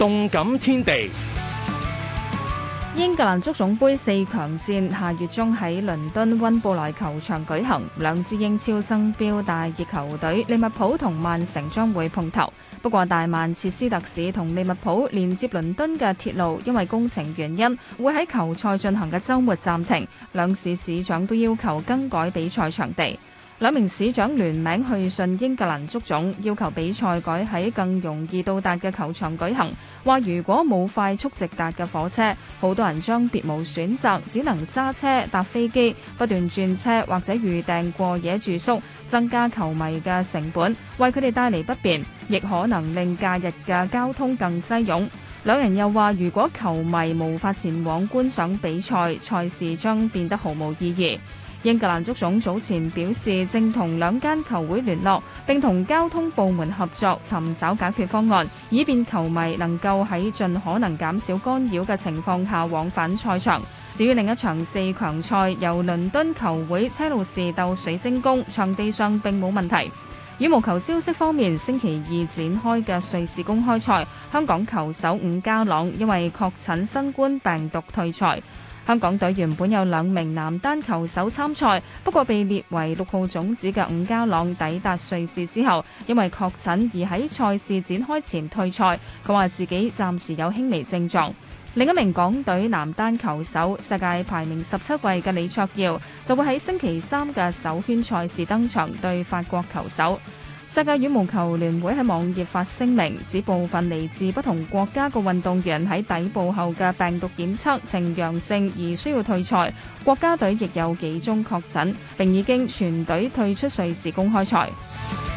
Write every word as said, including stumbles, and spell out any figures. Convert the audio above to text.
動感天地。 英格蘭足總盃四強戰下月中喺倫敦溫布萊球場舉行，兩支英超爭標大熱球隊利物浦同曼城將會碰頭。不過大曼徹斯特市同利物浦連接倫敦嘅鐵路因為工程原因，會喺球賽進行嘅週末暫停，兩市市長都要求更改比賽場地。兩名市長聯名去信英格蘭足總，要求比賽改喺更容易到達嘅球場舉行。話如果冇快速直達嘅火車，好多人將別無選擇，只能揸車搭飛機，不斷轉車或者預訂過夜住宿，增加球迷嘅成本，為佢哋帶嚟不便，亦可能令假日嘅交通更擠擁。兩人又話，如果球迷無法前往觀賞比賽，賽事將變得毫無意義。英格蘭足總早前表示，正同兩間球會聯絡，並同交通部門合作，尋找解決方案，以便球迷能夠喺盡可能減少干擾嘅情況下往返賽場。至於另一場四強賽，由倫敦球會車路士鬥水晶宮，場地上並冇問題。羽毛球消息方面，星期二展開嘅瑞士公開賽，香港球手伍家朗因為確診新冠病毒退賽。香港隊原本有兩名男單球手參賽，不過被列為六號種子嘅伍家朗抵達瑞士之後，因為確診而喺賽事展開前退賽。佢話自己暫時有輕微症狀。另一名港隊男單球手，世界排名十七位嘅李卓耀，就會喺星期三嘅首圈賽事登場對法國球手。世界羽毛球聯會喺網頁發聲明，指部分嚟自不同國家嘅運動員喺抵埗後嘅病毒檢測呈陽性而需要退賽，國家隊亦有幾宗確診，並已經全隊退出瑞士公開賽。